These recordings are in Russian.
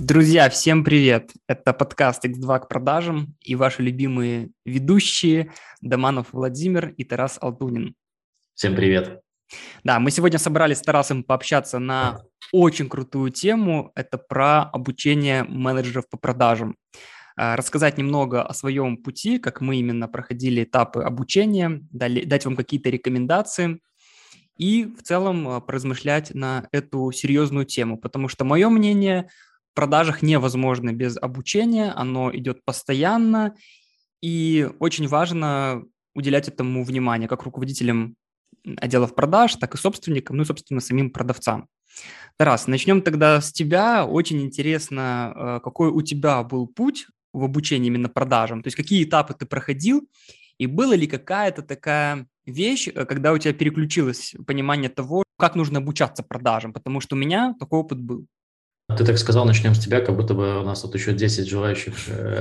Друзья, всем привет! Это подкаст X2 к продажам и ваши любимые ведущие Доманов Владимир и Тарас Алтунин. Всем привет! Да, мы сегодня собрались с Тарасом пообщаться на очень крутую тему. Это про обучение менеджеров по продажам. Рассказать немного о своем пути, как мы именно проходили этапы обучения, дать вам какие-то рекомендации и в целом поразмышлять на эту серьезную тему, потому что мое мнение – в продажах невозможно без обучения, оно идет постоянно, и очень важно уделять этому внимание как руководителям отделов продаж, так и собственникам, ну и, собственно, самим продавцам. Тарас, начнем тогда с тебя. Очень интересно, какой у тебя был путь в обучении именно продажам, то есть какие этапы ты проходил, и была ли какая-то такая вещь, когда у тебя переключилось понимание того, как нужно обучаться продажам, потому что у меня такой опыт был. Ты так сказал, начнем с тебя, как будто бы у нас тут еще 10 желающих.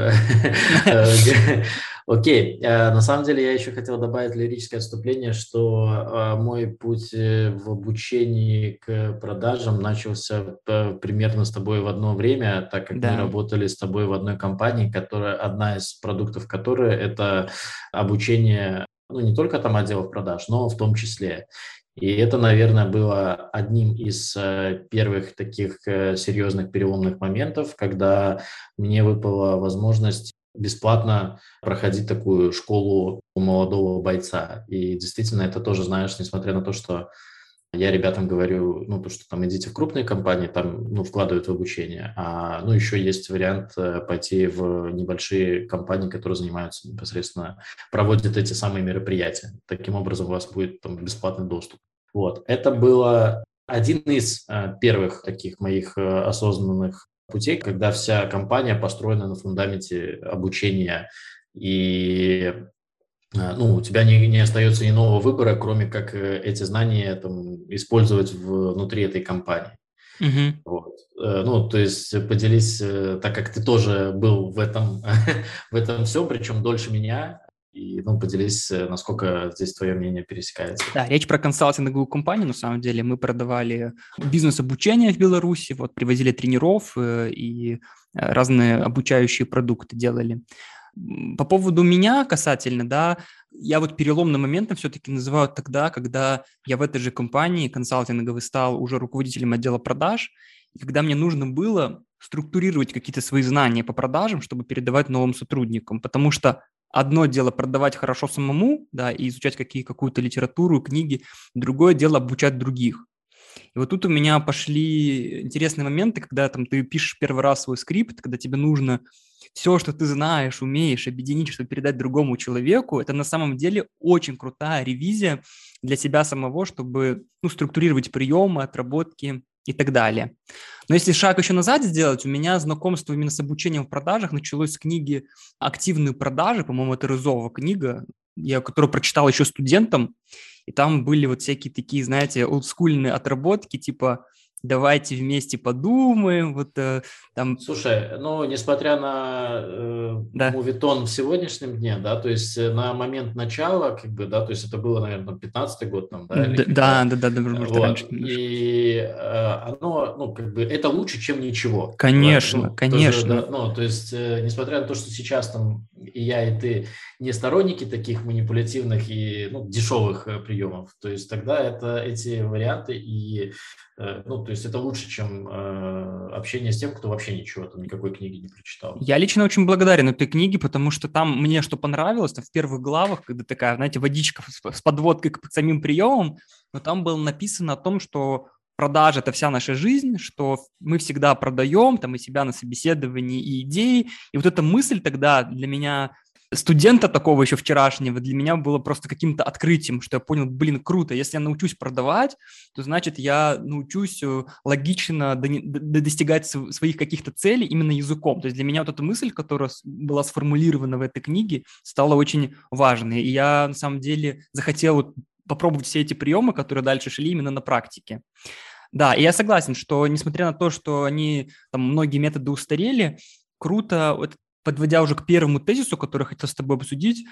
Окей, на самом деле я еще хотел добавить лирическое отступление, что мой путь в обучении к продажам начался примерно с тобой в одно время, так как мы Да. работали с тобой в одной компании, которая одна из продуктов которой это обучение, ну не только там отделов продаж, но в том числе. И это, наверное, было одним из первых таких серьезных переломных моментов, когда мне выпала возможность бесплатно проходить такую школу у молодого бойца. И действительно, это тоже, знаешь, несмотря на то, что я ребятам говорю, ну, то, что там идите в крупные компании, там, ну, вкладывают в обучение, ну, еще есть вариант пойти в небольшие компании, которые занимаются непосредственно, проводят эти самые мероприятия. Таким образом, у вас будет там бесплатный доступ. Вот, это было один из первых таких моих осознанных путей, когда вся компания построена на фундаменте обучения, и ну, у тебя не остается иного выбора, кроме как эти знания там, использовать внутри этой компании. Угу. Вот. Ну, то есть поделись, так как ты тоже был в этом, в этом всем, причем дольше меня, и ну, поделись, насколько здесь твое мнение пересекается. Да, речь про консалтинговую компанию, на самом деле. Мы продавали бизнес-обучение в Беларуси, вот, привозили тренеров и разные обучающие продукты делали. По поводу меня касательно, да, я вот переломным моментом все-таки называю тогда, когда я в этой же компании консалтинговой стал уже руководителем отдела продаж, и когда мне нужно было структурировать какие-то свои знания по продажам, чтобы передавать новым сотрудникам, потому что одно дело продавать хорошо самому, да, и изучать какую-то литературу, книги, другое дело обучать других. И вот тут у меня пошли интересные моменты, когда там ты пишешь первый раз свой скрипт, когда тебе нужно все, что ты знаешь, умеешь, объединить, чтобы передать другому человеку. Это на самом деле очень крутая ревизия для себя самого, чтобы структурировать приемы, отработки и так далее. Но если шаг еще назад сделать, у меня знакомство именно с обучением в продажах началось с книги «Активные продажи», по-моему, это Рызова книга, я которую прочитал еще студентом, и там были вот всякие такие, знаете, олдскульные отработки, типа давайте вместе подумаем, вот там... Слушай, ну, несмотря на Да. мувитон в сегодняшнем дне, да, то есть на момент начала, как бы, да, то есть это было, наверное, 15-й год там, да, или когда, Да, может, раньше вот, немножко. и оно, ну, как бы, это лучше, чем ничего. Давай, Конечно, ну, тоже, конечно. да, ну, то есть, несмотря на то, что сейчас там и я, и ты не сторонники таких манипулятивных и, ну, дешевых приемов, то есть тогда это эти варианты и ну, то есть это лучше, чем общение с тем, кто вообще ничего, там, никакой книги не прочитал. Я лично очень благодарен этой книге, потому что там мне что понравилось, то в первых главах, когда такая, знаете, водичка с подводкой к самим приемам, но там было написано о том, что продажа – это вся наша жизнь, что мы всегда продаем, там, и себя на собеседовании, и идеи. И вот эта мысль тогда для меня, студента такого еще вчерашнего, для меня было просто каким-то открытием, что я понял, блин, круто, если я научусь продавать, то значит я научусь логично достигать своих каких-то целей именно языком. То есть для меня вот эта мысль, которая была сформулирована в этой книге, стала очень важной. И я на самом деле захотел вот попробовать все эти приемы, которые дальше шли именно на практике. Да, и я согласен, что несмотря на то, что они, там, многие методы устарели, круто, вот, подводя уже к первому тезису, который я хотел с тобой обсудить,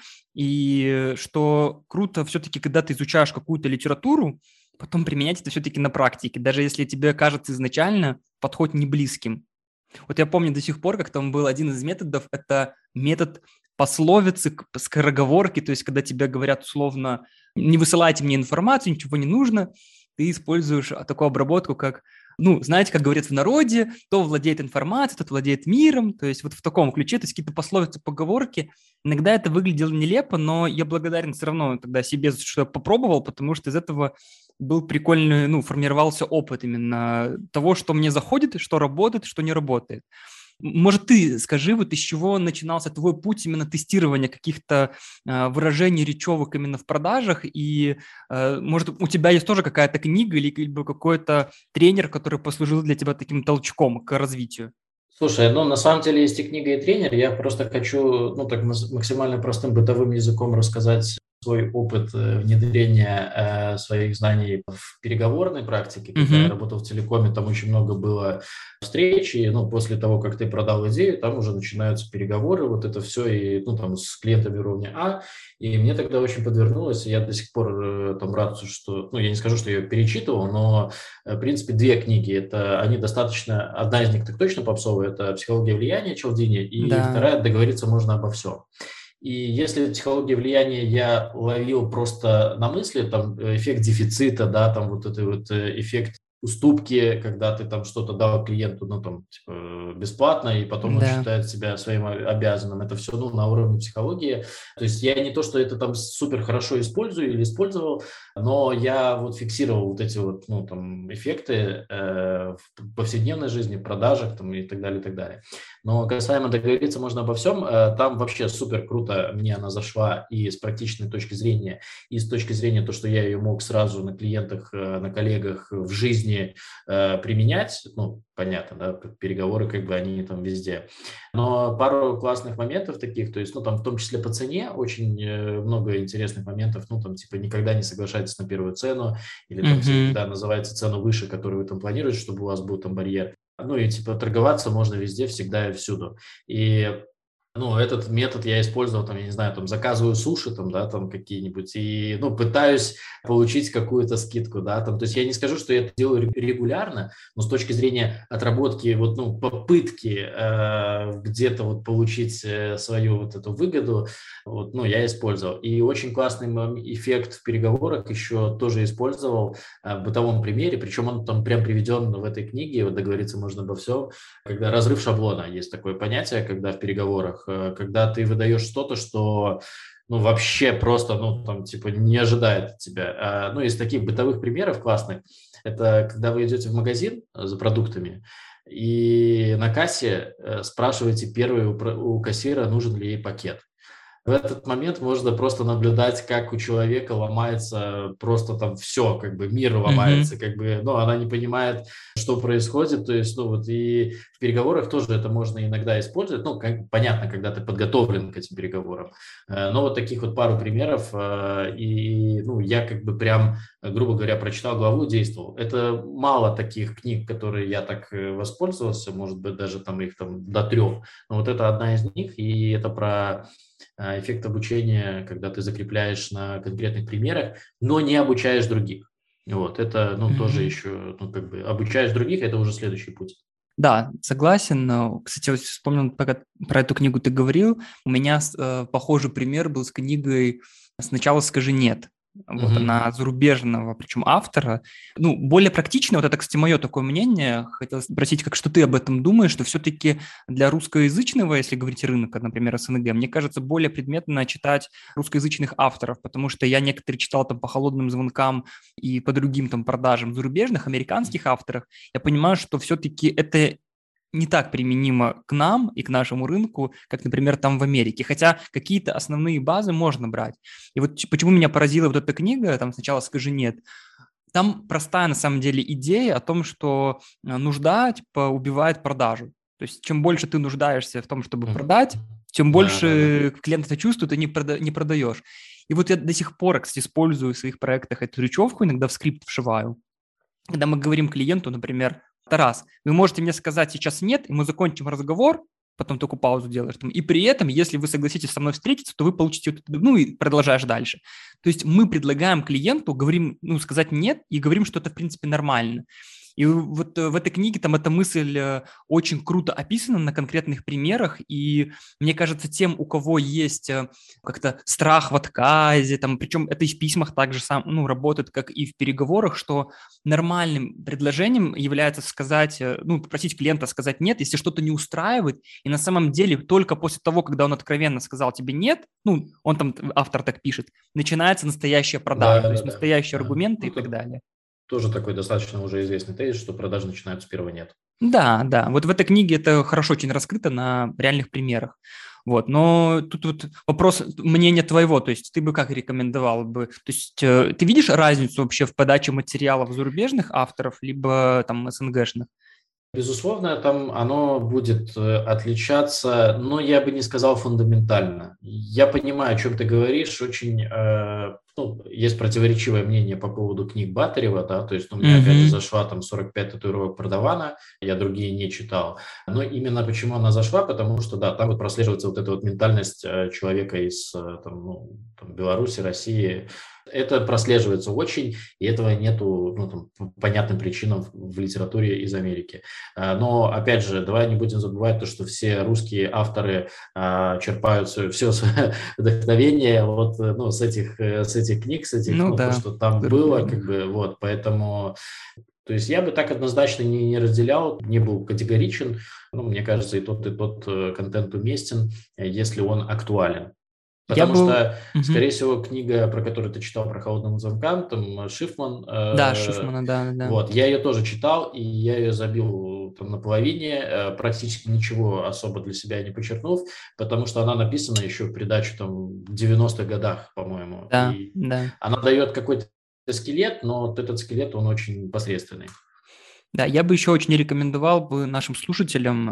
и что круто все-таки, когда ты изучаешь какую-то литературу, потом применять это все-таки на практике, даже если тебе кажется изначально подход не близким. Вот я помню до сих пор, как там был один из методов, это метод пословицы, скороговорки, то есть когда тебе говорят условно, не высылайте мне информацию, ничего не нужно, ты используешь такую обработку, как, ну, знаете, как говорят в народе, кто владеет информацией, тот владеет миром, то есть вот в таком ключе, то есть какие-то пословицы, поговорки. Иногда это выглядело нелепо, но я благодарен все равно тогда себе, что я попробовал, потому что из этого был прикольный, ну, формировался опыт именно того, что мне заходит, что работает, что не работает. Может, ты скажи, вот из чего начинался твой путь именно тестирования каких-то выражений речевых именно в продажах, и, может, у тебя есть тоже какая-то книга или какой-то тренер, который послужил для тебя таким толчком к развитию? Слушай, ну на самом деле есть и книга, и тренер. Я просто хочу, ну так максимально простым бытовым языком рассказать свой опыт внедрения своих знаний в переговорной практике. Когда я Угу. работал в телекоме, там очень много было встреч, и ну, после того, как ты продал идею, там уже начинаются переговоры, вот это все, и ну, там с клиентами уровня А. И мне тогда очень подвернулось, и я до сих пор там рад, что, ну я не скажу, что я ее перечитывал, но в принципе, две книги. Это они достаточно... Одна из них так точно попсовая, это «Психология влияния» Чалдини, и Да. вторая «Договориться можно обо всем». И если психология влияния я ловил просто на мысли, там эффект дефицита, да, там вот этот вот эффект уступки, когда ты там что-то дал клиенту, ну, там, типа, бесплатно, и потом он Да. считает себя своим обязанным. Это все, ну, на уровне психологии. То есть я не то, что это там супер хорошо использую или использовал, но я вот фиксировал вот эти вот, ну, там, эффекты в повседневной жизни, в продажах там, и так далее, и так далее. Но касаемо договориться можно обо всем, там вообще супер круто мне она зашла и с практичной точки зрения, и с точки зрения то, что я ее мог сразу на клиентах, на коллегах в жизни применять. Ну, понятно, да, переговоры как бы они там везде. Но пару классных моментов таких, то есть, ну, там в том числе по цене очень много интересных моментов, ну, там, типа, никогда не соглашайтесь на первую цену, или там Угу. всегда называйте цену выше, которую вы там планируете, чтобы у вас был там барьер. Ну и типа торговаться можно везде, всегда и всюду. И ну, этот метод я использовал, там, я не знаю, там, заказываю суши, там, да, там, какие-нибудь, и, ну, пытаюсь получить какую-то скидку, да, там, то есть я не скажу, что я это делаю регулярно, но с точки зрения отработки, вот, ну, попытки где-то вот получить свою вот эту выгоду, вот, ну, я использовал. И очень классный эффект в переговорах еще тоже использовал в бытовом примере, причем он там прям приведен в этой книге, вот договориться можно обо всем, когда разрыв шаблона, есть такое понятие, когда в переговорах, когда ты выдаешь что-то, что ну, вообще просто, ну, там, типа, не ожидает от тебя. Ну, из таких бытовых примеров классных, это когда вы идете в магазин за продуктами, и на кассе спрашиваете первый у кассира, нужен ли ей пакет. В этот момент можно просто наблюдать, как у человека ломается просто там все, как бы мир Угу. ломается, как бы, ну, она не понимает, что происходит, то есть, ну, вот и в переговорах тоже это можно иногда использовать, ну, понятно, когда ты подготовлен к этим переговорам, но вот таких вот пару примеров, и, ну, я как бы прям, грубо говоря, прочитал главу, действовал. Это мало таких книг, которые я так воспользовался, может быть, даже там их там до 3, но вот это одна из них, и это про эффект обучения, когда ты закрепляешь на конкретных примерах, но не обучаешь других. Вот, это, ну, тоже Угу. еще, ну, как бы обучаешь других, это уже следующий путь. Да, согласен. Кстати, вот вспомнил, пока про эту книгу ты говорил, у меня похожий пример был с книгой «Сначала скажи нет». Вот Мгм. она зарубежного, причем автора. Ну, более практично, вот это, кстати, мое такое мнение. Хотел спросить, как что ты об этом думаешь, что все-таки для русскоязычного, если говорить рынка, например, СНГ, мне кажется, более предметно читать русскоязычных авторов, потому что я некоторые читал там по холодным звонкам и по другим там продажам зарубежных, американских авторов, я понимаю, что все-таки это не так применимо к нам и к нашему рынку, как, например, там в Америке. Хотя какие-то основные базы можно брать. И вот почему меня поразила вот эта книга, там сначала «Скажи нет», там простая на самом деле идея о том, что нужда типа убивает продажу. То есть чем больше ты нуждаешься в том, чтобы Мгм. продать, тем Да, да, да. больше клиент это чувствует и не продаешь. И вот я до сих пор, кстати, использую в своих проектах эту речевку, иногда в скрипт вшиваю. Когда мы говорим клиенту, например, Тарас, вы можете мне сказать сейчас нет, и мы закончим разговор, потом такую паузу делаешь, там, и при этом, если вы согласитесь со мной встретиться, то вы получите, ну и продолжаешь дальше. То есть мы предлагаем клиенту, говорим, ну, сказать нет, и говорим, что это, в принципе, нормально. И вот в этой книге там эта мысль очень круто описана на конкретных примерах, и мне кажется, тем, у кого есть как-то страх в отказе, там, причем это и в письмах также работает, как и в переговорах, что нормальным предложением является сказать, попросить клиента сказать нет, если что-то не устраивает, и на самом деле только после того, когда он откровенно сказал тебе нет, он там, автор так пишет, начинается настоящая продажа, то есть Да. настоящие Да. аргументы и Ну, так это далее. тоже такой достаточно уже известный тезис, что продажи начинаются с первого «нет». Да, да, вот в этой книге это хорошо очень раскрыто на реальных примерах. Вот, но тут вот вопрос мнения твоего, то есть ты бы как рекомендовал бы, то есть ты видишь разницу вообще в подаче материалов зарубежных авторов, либо там СНГшных? Безусловно, там оно будет отличаться, но я бы не сказал фундаментально. Я понимаю, о чем ты говоришь. Очень есть противоречивое мнение по поводу книг Батарева, да, то есть у меня опять же Угу, зашла там 45 татуировок Продавана, я другие не читал. Но именно почему она зашла, потому что, да, там вот прослеживается вот эта вот ментальность человека из там, Беларуси, России. Это прослеживается очень, и этого нету по понятным причинам в литературе из Америки. Но, опять же, давай не будем забывать то, что все русские авторы черпают все свое вдохновение вот, с этих книг, ну то, да, что там было, зарубежных. вот, поэтому, то есть я бы так однозначно не разделял, не был категоричен, мне кажется, и тот контент уместен, если он актуален. Я Потому был... что, Мгм. скорее всего, книга, про которую ты читал, про «Холодным звонкам», там Шифман, Да, Шифмана, да, да. вот, я ее тоже читал, и я ее забил там наполовине, практически ничего особо для себя не подчеркнув, потому что она написана еще в придачу там в 90-х годах, по-моему, Да, и да. она дает какой-то скелет, но вот этот скелет, он очень посредственный. Да, я бы еще очень рекомендовал бы нашим слушателям,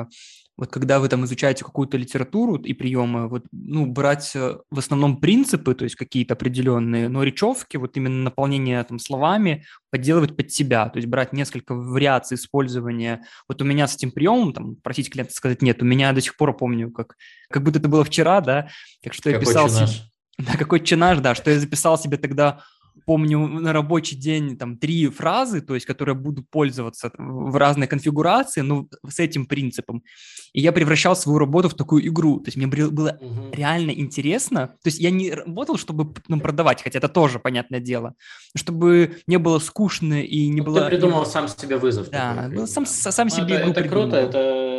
вот когда вы там изучаете какую-то литературу и приемы, вот, брать в основном принципы, то есть какие-то определенные, но речевки, вот именно наполнение там словами, подделывать под себя, то есть брать несколько вариаций использования. Вот у меня с этим приемом, там, просить клиента сказать нет, у меня до сих пор помню, как будто это было вчера, да, как что я Какой писал себе, наш? да, какой чинаж, да, что я записал себе тогда. Помню на рабочий день там 3 фразы, то есть которые буду пользоваться в разной конфигурации, но с этим принципом. И я превращал свою работу в такую игру. То есть мне было Мгм. реально интересно. То есть я не работал, чтобы продавать, хотя это тоже понятное дело, чтобы не было скучно и не Ну, ты было... придумал сам себе вызов такой, Да, как бы, сам, да. сам Ну, себе игру это круто, придумывал.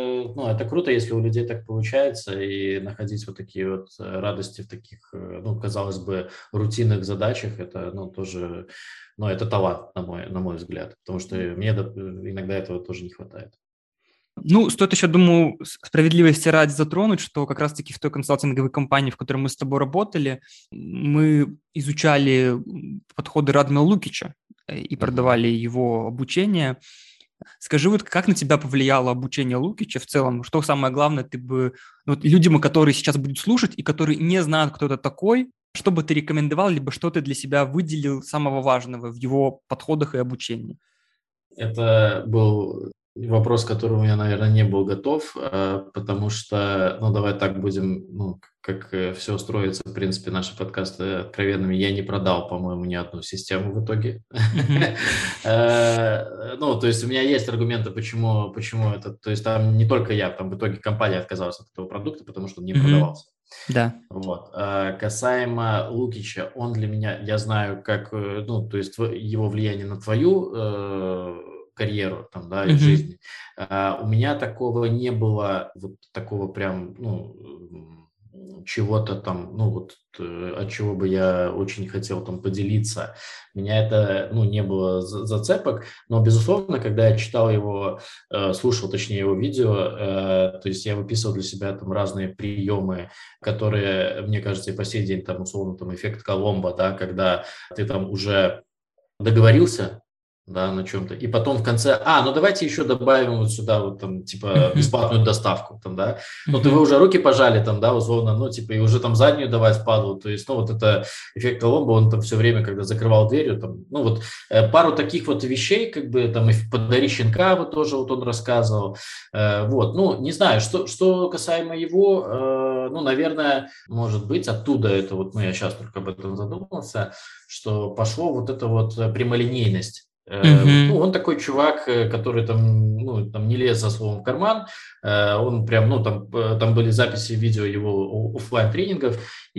это круто, если у людей так получается, и находить вот такие вот радости в таких, казалось бы, рутинных задачах, это, тоже, это талант, на мой взгляд, потому что мне иногда этого тоже не хватает. Стоит еще, думаю, справедливости ради затронуть, что как раз-таки в той консалтинговой компании, в которой мы с тобой работали, мы изучали подходы Радмила Лукича и Мгм. продавали его обучение. Скажи, вот как на тебя повлияло обучение Лукича в целом? Что самое главное, ты бы людям, которые сейчас будут слушать и которые не знают, кто это такой, что бы ты рекомендовал, либо что ты для себя выделил самого важного в его подходах и обучении? Это был вопрос, к которому я, наверное, не был готов, потому что, давай так будем, как все устроится, в принципе, наши подкасты откровенными, я не продал, по-моему, ни одну систему в итоге. Мгм. То есть у меня есть аргументы, почему это, то есть там не только я, там в итоге компания отказалась от этого продукта, потому что он не Мгм. продавался. Да. Вот. Касаемо Лукича, он для меня, я знаю, как, то есть его влияние на твою карьеру, там, да, и Мгм. жизнь. У меня такого не было, вот такого прям, чего-то там, от чего бы я очень хотел там поделиться. Меня это, не было зацепок, но, безусловно, когда я читал его, слушал, точнее, его видео, то есть я выписывал для себя там разные приемы, которые, мне кажется, и по сей день, там, условно, там, эффект Коломбо, да, когда ты там уже договорился, да, на чем-то, и потом в конце, давайте еще добавим вот сюда вот там, типа, Мгм. бесплатную доставку, там, да, ты вы Мгм. уже руки пожали, там, да, условно, типа, и уже там заднюю давать впадлу, то есть, вот это эффект Коломбо, он там все время, когда закрывал дверью, там, пару таких вот вещей, как бы, там, и «Подари щенка», вот тоже вот он рассказывал, не знаю, что касаемо его, наверное, может быть, оттуда это вот, я сейчас только об этом задумался, что пошло вот эта вот прямолинейность. Ну, Мгм. он такой чувак, который там, ну, там не лез за словом в карман, он прям, ну, там были записи видео его оффлайн тренингов,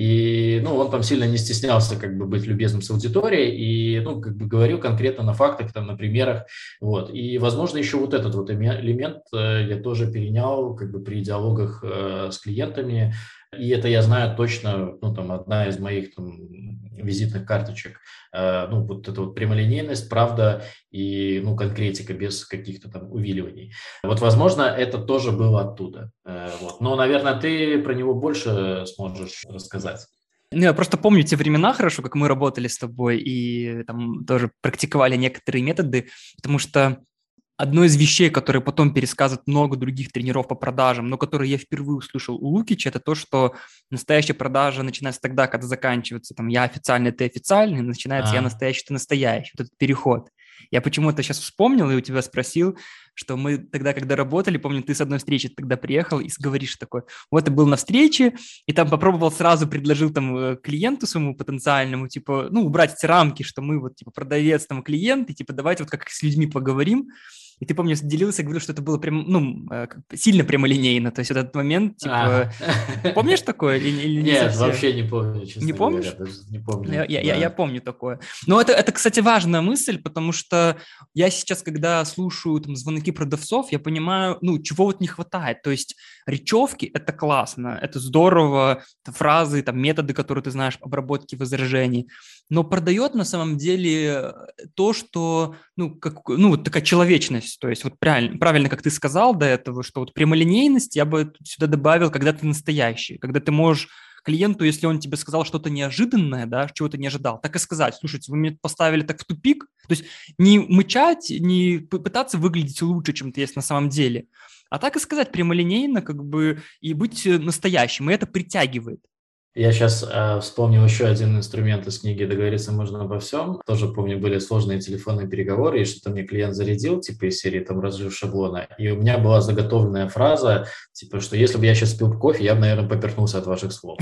и, ну, он там сильно не стеснялся, как бы, быть любезным с аудиторией, и, ну, как бы говорил конкретно на фактах, там, на примерах, вот. И, возможно, еще вот этот вот элемент я тоже перенял, как бы, при диалогах с клиентами, и это я знаю точно, ну, там, одна из моих там визитных карточек, ну, вот эта вот прямолинейность, правда и, ну, конкретика без каких-то там увиливаний. Вот, возможно, это тоже было оттуда. Вот. Но, наверное, ты про него больше сможешь рассказать. Ну, я просто помню те времена хорошо, как мы работали с тобой и там тоже практиковали некоторые методы, потому что одно из вещей, которые потом пересказывают много других тренеров по продажам, но которые я впервые услышал у Лукича, это то, что настоящая продажа начинается тогда, когда заканчивается там я официальный, ты официальный, начинается я А, настоящий, ты настоящий. Вот этот переход. Я почему-то сейчас вспомнил и у тебя спросил, что мы тогда, когда работали, помню, ты с одной встречи тогда приехал и говоришь такой, вот ты был на встрече, и там попробовал сразу, предложил там клиенту своему потенциальному, типа, ну, убрать эти рамки, что мы вот, типа, продавец, там, клиент, и, типа, давайте вот как с людьми поговорим. И ты, помню, делился, говорил, что это было прям, ну, сильно прямолинейно. То есть этот момент, типа, ага. помнишь такое или не Нет, совсем? вообще не помню, Не честно говоря, помнишь? даже не помню, Я да. помню такое. Но это, кстати, важная мысль, потому что я сейчас, когда слушаю там звонки продавцов, я понимаю, ну, чего вот не хватает. То есть речевки– это классно, это здорово, это фразы, там, методы, которые ты знаешь, обработки возражений. Но продает на самом деле то, что, ну, как, ну, вот такая человечность. То есть вот правильно, как ты сказал до этого, что вот прямолинейность я бы сюда добавил, когда ты настоящий, когда ты можешь клиенту, если он тебе сказал что-то неожиданное, да, чего ты не ожидал, так и сказать, слушайте, вы меня поставили так в тупик, то есть не мычать, не пытаться выглядеть лучше, чем ты есть на самом деле, а так и сказать прямолинейно, как бы, и быть настоящим, и это притягивает. Я сейчас вспомнил еще один инструмент из книги «Договориться можно обо всем». Тоже помню, были сложные телефонные переговоры, и что-то мне клиент зарядил, типа из серии там «Разжив шаблона». И у меня была заготовленная фраза, типа, что если бы я сейчас пил кофе, я бы, наверное, поперхнулся от ваших слов.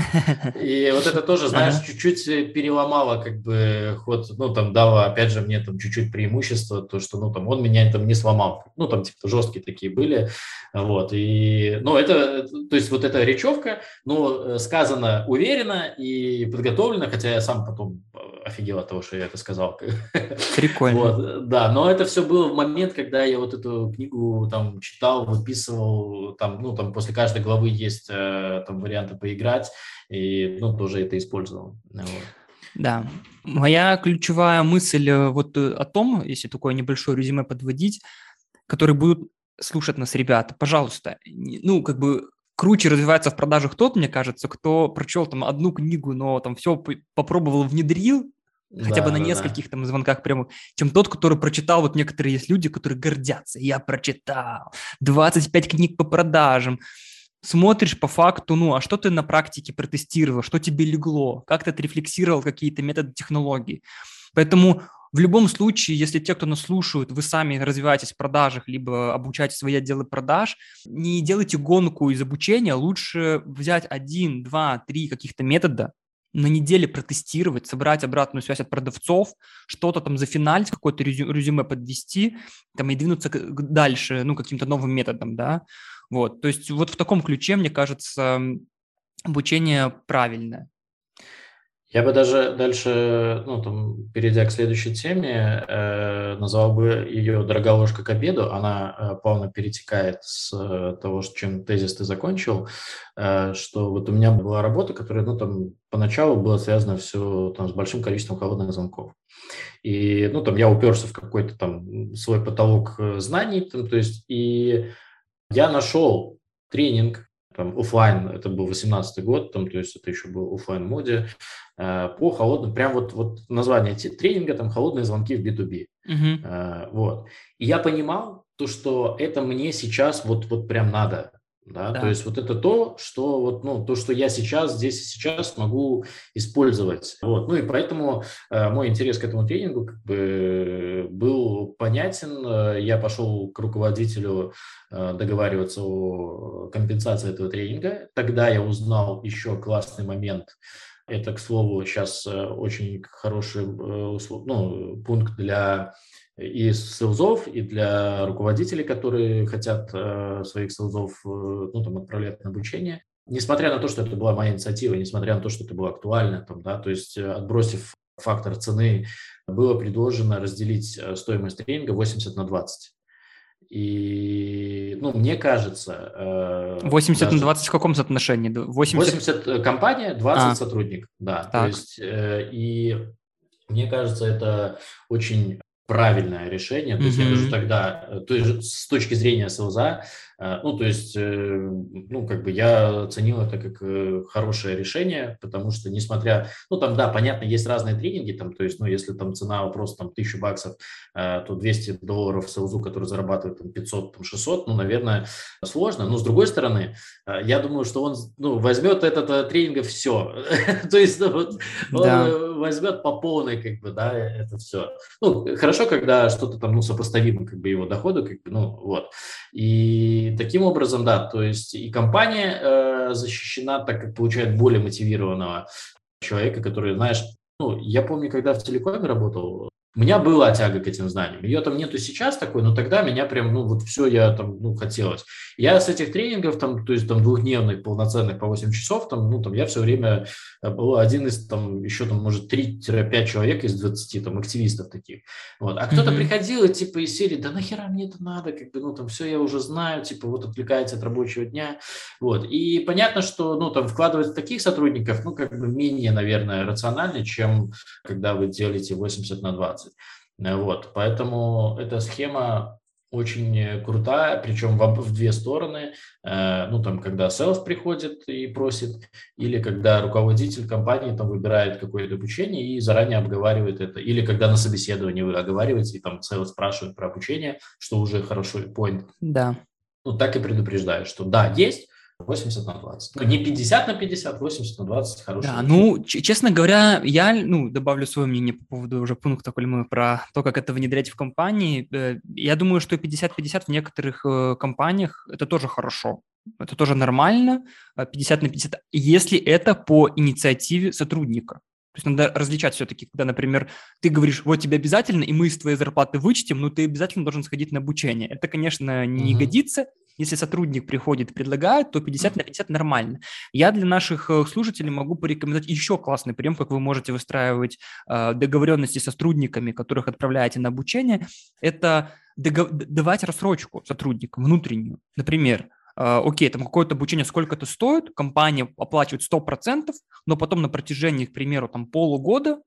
И вот это тоже, знаешь, Ага. чуть-чуть переломало как бы ход, ну, там, дало, опять же, мне там чуть-чуть преимущество, то, что, ну, там, он меня там не сломал. Ну, там, типа, жесткие такие были, вот. И, ну, это, то есть вот эта речевка, ну, сказано уверенно и подготовлено, хотя я сам потом офигел от того, что я это сказал. Прикольно. Вот, да, но это все было в момент, когда я вот эту книгу там читал, выписывал, там, ну, там после каждой главы есть там варианты поиграть, и, ну, тоже это использовал. Вот. Да. Моя ключевая мысль вот о том, если такое небольшое резюме подводить, которые будут слушать нас ребята, пожалуйста, ну, как бы круче развивается в продажах тот, мне кажется, кто прочел там одну книгу, но там все попробовал, внедрил, хотя бы Да, на да, да. нескольких там звонках прямо, чем тот, который прочитал, вот некоторые есть люди, которые гордятся, я прочитал 25 книг по продажам, смотришь по факту, ну, а что ты на практике протестировал, что тебе легло, как ты отрефлексировал какие-то методы, технологии. Поэтому в любом случае, если те, кто нас слушают, вы сами развиваетесь в продажах, либо обучаете свои отделы продаж, не делайте гонку из обучения, лучше взять 1, 2, 3 каких-то метода, на неделе протестировать, собрать обратную связь от продавцов, что-то там зафиналить, какое-то резюме подвести, там и двинуться дальше, ну, каким-то новым методом, да. Вот, то есть вот в таком ключе, мне кажется, обучение правильное. Я бы даже дальше, ну, там, перейдя к следующей теме, назвал бы ее «Дорогая ложка к обеду». Она плавно перетекает с того, чем тезис ты закончил, что вот у меня была работа, которая, ну, там, поначалу было связано все там, с большим количеством холодных звонков. И, ну, там, я уперся в какой-то там свой потолок знаний, там, то есть, и я нашел тренинг, там, оффлайн, это был 18-й год, там, то есть это еще был оффлайн моде, по холодным, прям вот название тренинга, там, холодные звонки в B2B. Угу. Вот. И я понимал то, что это мне сейчас вот прям надо. Да, то Да. есть вот это то, что вот, ну, то, что я сейчас, здесь и сейчас могу использовать. Вот. Ну и поэтому мой интерес к этому тренингу как бы был понятен. Я пошел к руководителю договариваться о компенсации этого тренинга. Тогда я узнал еще классный момент, Это, к слову, сейчас очень хороший пункт для и селзов, и для руководителей, которые хотят своих селзов отправлять на обучение. Несмотря на то, что это была моя инициатива, несмотря на то, что это было актуально, то есть отбросив фактор цены, было предложено разделить стоимость тренинга 80/20. И, мне кажется, 80/20 в каком соотношении? 80 компания, 20 сотрудник, да. То Так. есть, и мне кажется, это очень правильное решение. То есть я даже тогда, то есть с точки зрения селза, я оценил это как хорошее решение, потому что несмотря, понятно, есть разные тренинги, то есть, если цена вопроса $1000, то $200 селзу, который зарабатывает 500, 600, наверное, сложно. Но с другой стороны, я думаю, что он возьмет этот тренинга все. То есть он возьмет по полной, это все. Хорошо, когда что-то сопоставимо его доходу, вот. И таким образом, да, то есть и компания защищена, так как получает более мотивированного человека, который, знаешь, я помню, когда в телекоме работал, у меня была тяга к этим знаниям. Ее нету сейчас такой, но тогда меня прям, все я хотелось. Я с этих тренингов, то есть двухдневных, полноценных по 8 часов, я все время был один из, еще, может, 3-5 человек из 20, активистов таких. Вот. А кто-то приходил, из серии, да нахера мне это надо, все я уже знаю, отвлекается от рабочего дня. Вот. И понятно, что, вкладывать в таких сотрудников, менее, наверное, рационально, чем когда вы делите 80/20. Вот. Поэтому эта схема очень крутая, причем в две стороны. Когда селс приходит и просит, или когда руководитель компании выбирает какое-то обучение и заранее обговаривает это, или когда на собеседовании вы оговариваете, и селс спрашивает про обучение, что уже хорошо point. Да. Так и предупреждаю, что да, есть 80/20. Не 50/50, 80/20 хороший. Да, честно говоря, я добавлю свое мнение по поводу уже пункта, коль мы про то, как это внедрять в компании. Я думаю, что 50/50 в некоторых компаниях это тоже хорошо. Это тоже нормально, 50/50, если это по инициативе сотрудника. То есть надо различать все-таки, когда, например, ты говоришь, вот тебе обязательно, и мы из твоей зарплаты вычтем, но ты обязательно должен сходить на обучение. Это, конечно, не годится. Если сотрудник приходит и предлагает, то 50/50 нормально. Я для наших слушателей могу порекомендовать еще классный прием, как вы можете выстраивать договоренности со сотрудниками, которых отправляете на обучение. Это давать рассрочку сотрудникам внутреннюю. Например, окей, какое-то обучение сколько-то стоит, компания оплачивает 100%, но потом на протяжении, к примеру, полугода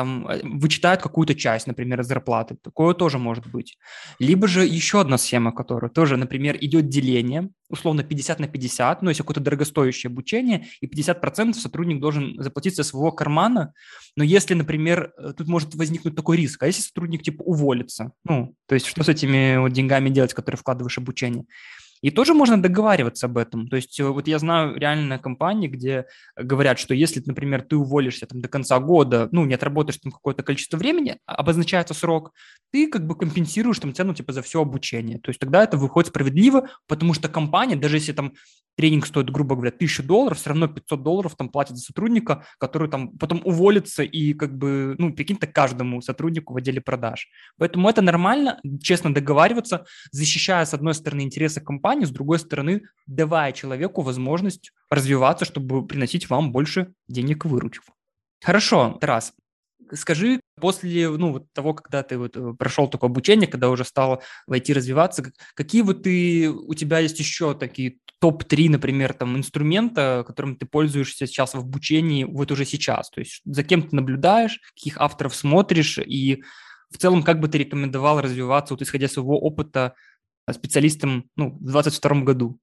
вычитают какую-то часть, например, из зарплаты. Такое тоже может быть. Либо же еще одна схема, которая тоже, например, идет деление, условно 50/50, если какое-то дорогостоящее обучение, и 50% сотрудник должен заплатить со своего кармана, но если, например, тут может возникнуть такой риск, а если сотрудник уволится, то есть что с этими деньгами делать, которые вкладываешь в обучение? И тоже можно договариваться об этом. То есть вот я знаю реально компании, где говорят, что если, например, ты уволишься до конца года, не отработаешь какое-то количество времени, обозначается срок, ты компенсируешь цену за все обучение. То есть тогда это выходит справедливо, потому что компания, даже если тренинг стоит, грубо говоря, $1000, все равно $500 платит за сотрудника, который потом уволится и прикинь-то каждому сотруднику в отделе продаж. Поэтому это нормально, честно договариваться, защищая, с одной стороны, интересы компании, с другой стороны, давая человеку возможность развиваться, чтобы приносить вам больше денег и выручку. Хорошо, Тарас, скажи, после того, когда ты прошел такое обучение, когда уже стал в IT развиваться, какие у тебя есть еще такие топ-3, например, инструмента, которым ты пользуешься сейчас в обучении уже сейчас? То есть за кем ты наблюдаешь, каких авторов смотришь и в целом как бы ты рекомендовал развиваться, исходя из своего опыта, специалистам в 2022 году?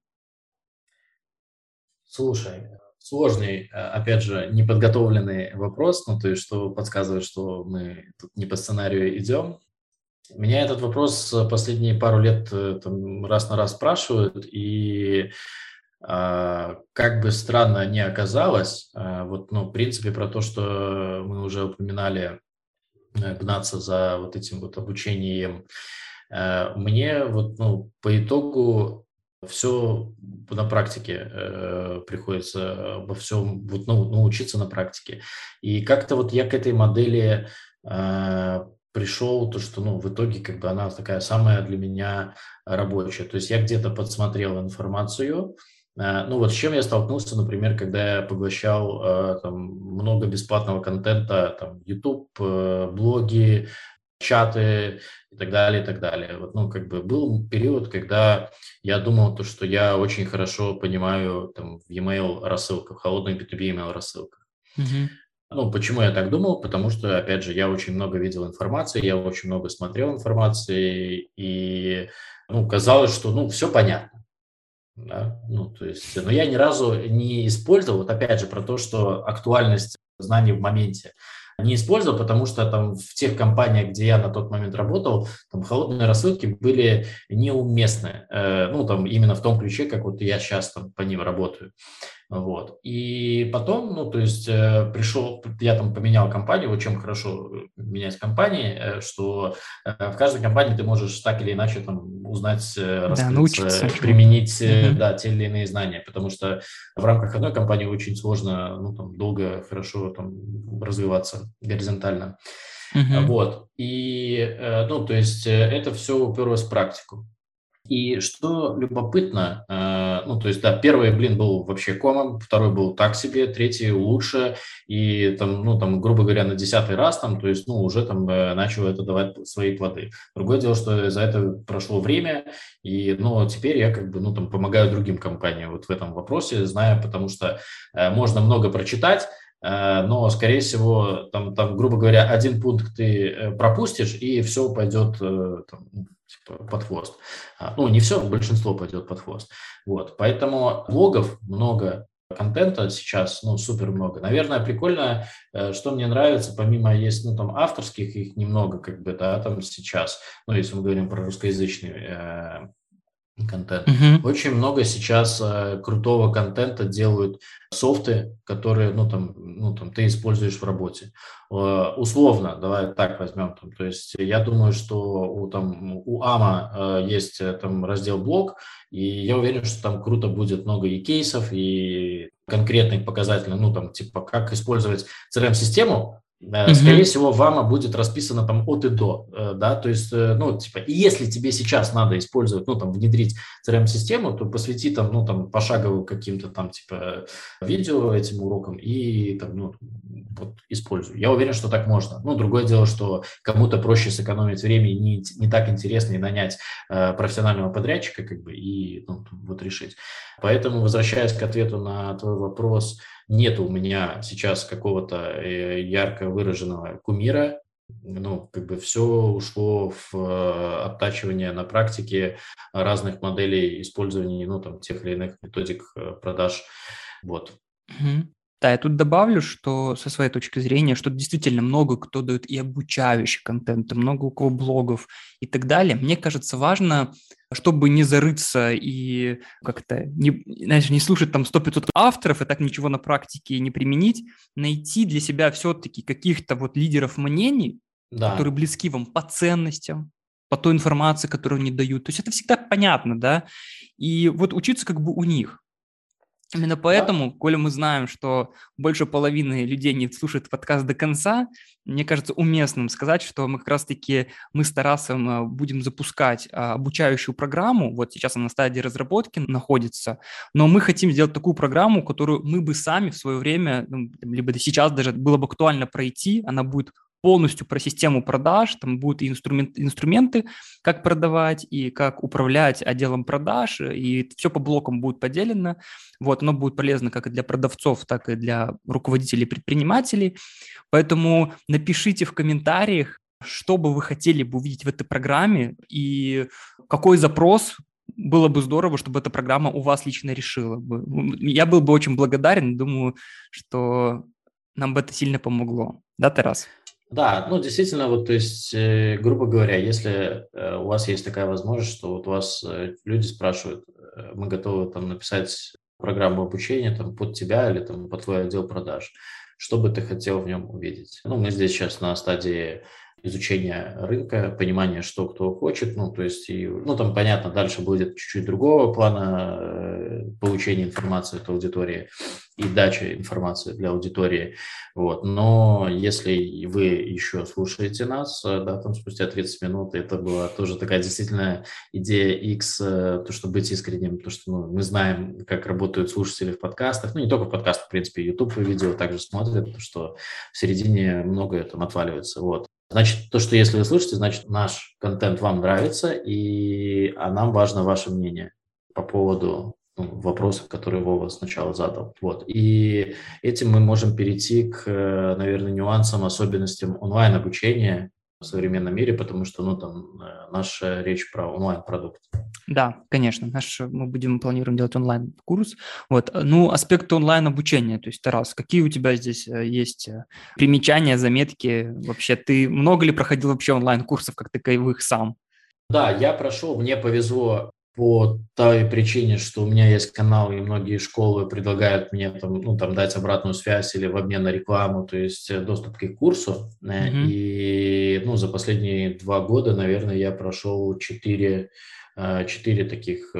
Слушай, сложный, опять же, неподготовленный вопрос, то есть что подсказывает, что мы тут не по сценарию идем. Меня этот вопрос последние пару лет раз на раз спрашивают, и как бы странно ни оказалось, в принципе, про то, что мы уже упоминали, гнаться за этим обучением, мне по итогу все на практике приходится обо всем вот, научиться на практике. И как-то вот я к этой модели пришел, то, что, ну, в итоге как бы она такая самая для меня рабочая. То есть я где-то подсмотрел информацию. Ну вот с чем я столкнулся, например, когда я поглощал там много бесплатного контента, там YouTube, блоги, чаты и так далее, и так далее. Вот, ну, как бы был период, когда я думал, то, что я очень хорошо понимаю там, в e-mail рассылках, в холодной B2B email рассылках. Мгм. Ну, почему я так думал? Потому что, опять же, я очень много видел информации, я очень много смотрел информации, и, ну, казалось, что, ну, все понятно. Да? Ну, то есть, но я ни разу не использовал, вот опять же, про то, что актуальность знаний в моменте не использовал, потому что там в тех компаниях, где я на тот момент работал, там холодные рассылки были неуместны, ну, там именно в том ключе, как вот я сейчас там по ним работаю. Вот. И потом, ну, то есть пришел, я там поменял компанию, вот чем хорошо менять компании, что в каждой компании ты можешь так или иначе там узнать, Да, научиться раскрыться, чему-то. применить, Мгм. да, те или иные знания, потому что в рамках одной компании очень сложно, ну, там, долго, хорошо там развиваться горизонтально. Мгм. Вот. И, ну, то есть это все уперлось в практику. И что любопытно, ну, то есть, да, первый блин был вообще комом, второй был так себе, третий лучше, и там, ну, там, грубо говоря, на 10-й раз там, то есть, ну, уже там начало это давать свои плоды. Другое дело, что за это прошло время, и, ну, теперь я как бы, ну, там, помогаю другим компаниям вот в этом вопросе, знаю, потому что можно много прочитать, но, скорее всего, там, грубо говоря, один пункт ты пропустишь, и все пойдет там, типа, под хвост. Ну, не все, большинство пойдет под хвост. Вот, поэтому блогов много, контента сейчас, ну, супер много. Наверное, прикольно, что мне нравится, помимо есть, ну, там, авторских, их немного, как бы, да, там сейчас, ну, если мы говорим про русскоязычный контент. Мгм. Очень много сейчас крутого контента делают софты, которые, ну, там ты используешь в работе. Условно, давай так возьмем. Там, то есть я думаю, что у АМА есть там раздел блог, и я уверен, что там круто будет много и кейсов, и конкретных показателей, ну, там, типа, как использовать CRM-систему. Скорее Мгм. всего, ВАМа будет расписано там от и до, да, то есть, ну, типа, и если тебе сейчас надо использовать, ну, там, внедрить CRM-систему, то посвяти там, ну, там, пошагово каким-то там, типа, видео этим урокам и там, ну, вот, используй. Я уверен, что так можно. Ну, другое дело, что кому-то проще сэкономить время и не так интересно и нанять профессионального подрядчика, как бы, и, ну, вот решить. Поэтому, возвращаясь к ответу на твой вопрос, нет у меня сейчас какого-то ярко выраженного кумира. Ну, как бы все ушло в оттачивание на практике разных моделей использования, ну, там, тех или иных методик продаж. Вот. Мгм. Да, я тут добавлю, что со своей точки зрения, что действительно много кто дает и обучающий контент, и много у кого блогов и так далее. Мне кажется, важно, чтобы не зарыться и как-то, не, знаешь, не слушать там 100-500 авторов и так ничего на практике не применить, найти для себя все-таки каких-то вот лидеров мнений, которые Да, близки вам по ценностям, по той информации, которую они дают. То есть это всегда понятно, да, и вот учиться как бы у них. Именно да, поэтому, коли мы знаем, что больше половины людей не слушает подкаст до конца, мне кажется уместным сказать, что мы как раз-таки мы с Тарасом будем запускать обучающую программу. Вот сейчас она на стадии разработки находится, но мы хотим сделать такую программу, которую мы бы сами в свое время, ну, либо сейчас даже было бы актуально пройти. Она будет полностью про систему продаж, там будут и инструменты, как продавать, и как управлять отделом продаж, и все по блокам будет поделено. Вот, оно будет полезно как и для продавцов, так и для руководителей предпринимателей. Поэтому напишите в комментариях, что бы вы хотели бы увидеть в этой программе и какой запрос было бы здорово, чтобы эта программа у вас лично решила бы. Я был бы очень благодарен, думаю, что нам бы это сильно помогло. Да, Тарас? да, ну, действительно, вот, то есть, грубо говоря, если у вас есть такая возможность, что вот у вас люди спрашивают, мы готовы там написать программу обучения там под тебя или там под твой отдел продаж, что бы ты хотел в нем увидеть? Ну, мы здесь сейчас на стадии изучение рынка, понимание, что кто хочет, ну, то есть, там, понятно, дальше будет чуть-чуть другого плана получения информации от аудитории и дачи информации для аудитории, вот, но если вы еще слушаете нас, да, там, спустя 30 минут, это была тоже такая действительно идея X, то, чтобы быть искренним, потому что, мы знаем, как работают слушатели в подкастах, не только в подкастах, в принципе, YouTube видео также смотрят, потому что в середине многое там отваливается, вот. Значит, то, что если вы слышите, значит, наш контент вам нравится, а нам важно ваше мнение по поводу вопросов, которые Вова сначала задал. Вот. И этим мы можем перейти к, наверное, нюансам, особенностям онлайн-обучения в современном мире, потому что, наша речь про онлайн-продукт. Да, конечно, мы планируем делать онлайн-курс. Вот. Аспекты онлайн-обучения, то есть, Тарас, какие у тебя здесь есть примечания, заметки? Вообще, ты много ли проходил вообще онлайн-курсов как таковых сам? Да, я прошел, мне повезло по той причине, что у меня есть канал, и многие школы предлагают мне дать обратную связь или в обмен на рекламу, то есть доступ к их курсу. И за последние 2 года, наверное, я прошел 4 таких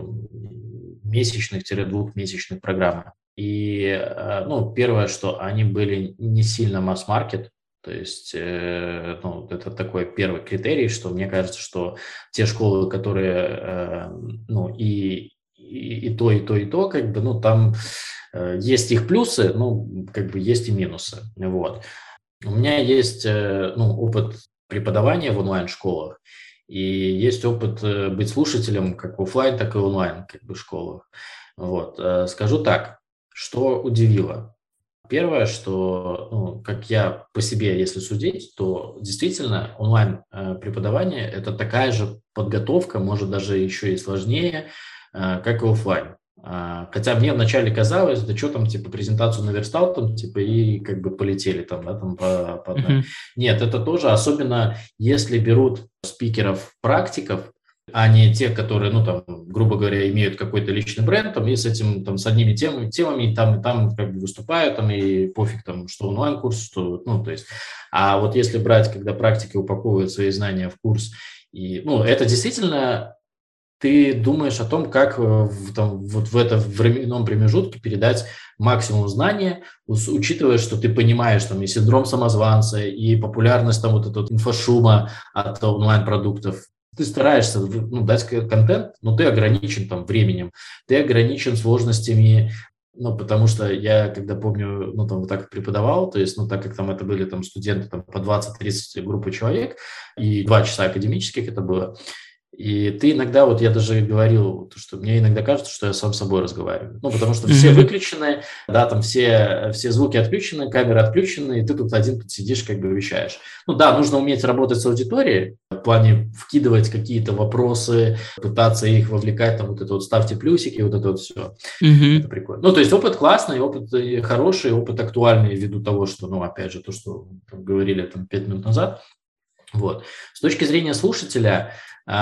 месячных-двухмесячных программы. И первое, что они были не сильно масс-маркет, то есть это такой первый критерий, что мне кажется, что те школы, которые и то, как бы, там есть их плюсы, как бы есть и минусы. Вот. У меня есть опыт преподавания в онлайн-школах, и есть опыт быть слушателем как в офлайн, так и онлайн как бы школах. Вот. Скажу так, что удивило. Первое, что, как я по себе, если судить, то действительно онлайн-преподавание – это такая же подготовка, может даже еще и сложнее, как и офлайн. Хотя мне вначале казалось, да что там, презентацию наверстал, и как бы полетели по одной. Нет, это тоже, особенно если берут спикеров-практиков, а не те, которые, грубо говоря, имеют какой-то личный бренд, и с этим, с одними темами, и там как бы выступают, и пофиг, что онлайн-курс, что, то есть, а вот если брать, когда практики упаковывают свои знания в курс, и, это действительно ты думаешь о том, как в этом временном промежутке передать максимум знания, учитывая, что ты понимаешь и синдром самозванца, и популярность этого инфошума от онлайн-продуктов. Ты стараешься дать контент, но ты ограничен временем, ты ограничен сложностями, потому что я, когда помню, вот так преподавал, то есть, так как это были студенты по 20-30 группы человек, и 2 часа академических это было, и ты иногда, я даже говорил, что мне иногда кажется, что я сам с собой разговариваю. Потому что все выключены, да, все звуки отключены, камеры отключены, и ты тут один сидишь, как бы вещаешь. Нужно уметь работать с аудиторией, в плане вкидывать какие-то вопросы, пытаться их вовлекать, ставьте плюсики, это все. Это прикольно. То есть опыт классный, опыт хороший, опыт актуальный ввиду того, что, опять же, то, что говорили 5 минут назад. Вот. С точки зрения слушателя,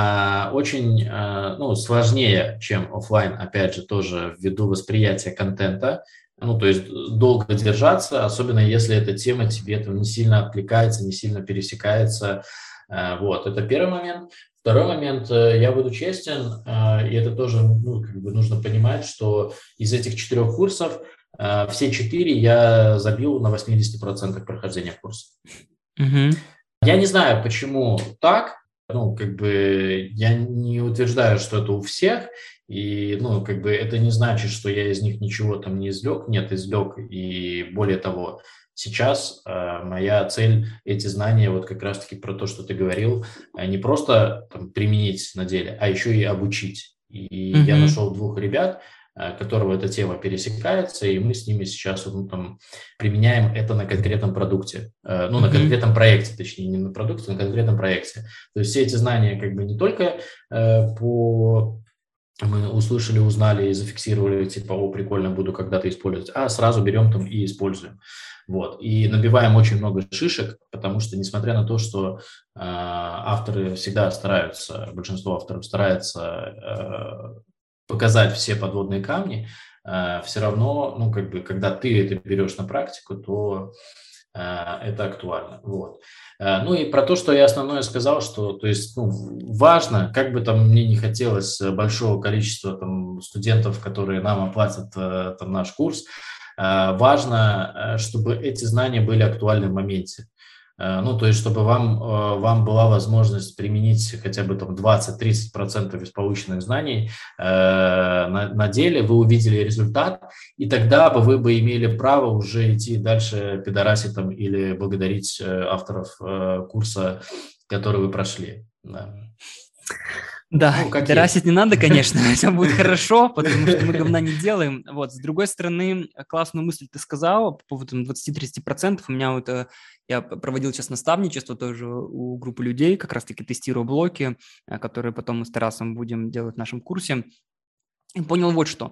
очень сложнее, чем офлайн, опять же, тоже ввиду восприятия контента, то есть долго держаться, особенно если эта тема тебе не сильно откликается, не сильно пересекается. Вот, это первый момент. Второй момент, я буду честен, и это тоже нужно понимать, что из этих 4 курсов все 4 я забил на 80% прохождения курса. Я не знаю, почему так. Я не утверждаю, что это у всех, и, это не значит, что я из них ничего не извлек. Нет, извлек, и более того, сейчас моя цель эти знания, как раз-таки про то, что ты говорил, не просто применить на деле, а еще и обучить. И я нашел 2 ребят, которого эта тема пересекается, и мы с ними сейчас применяем это на конкретном продукте, на конкретном проекте, точнее, не на продукте, а на конкретном проекте. То есть все эти знания не только мы услышали, узнали и зафиксировали, прикольно, буду когда-то использовать, а сразу берем и используем. Вот. И набиваем очень много шишек, потому что, несмотря на то, что авторы всегда стараются, большинство авторов старается показать все подводные камни, все равно, когда ты это берешь на практику, то это актуально. Вот. Ну и про то, что я основное сказал, что, то есть, ну, важно, как бы там мне не хотелось большого количества там студентов, которые нам оплатят там наш курс, важно, чтобы эти знания были актуальны в моменте. Ну, то есть, чтобы вам была возможность применить хотя бы там 20-30% из полученных знаний на деле, вы увидели результат, и тогда бы вы бы имели право уже идти дальше пидорасить там или благодарить авторов курса, который вы прошли. Да. Да, Ну, как пидорасить есть. не надо, конечно, все будет хорошо, потому что мы говна не делаем. Вот, с другой стороны, классную мысль ты сказал по поводу 20-30%. У меня вот, я проводил сейчас наставничество тоже у группы людей, как раз-таки тестирую блоки, которые потом мы с Тарасом будем делать в нашем курсе. И понял вот что.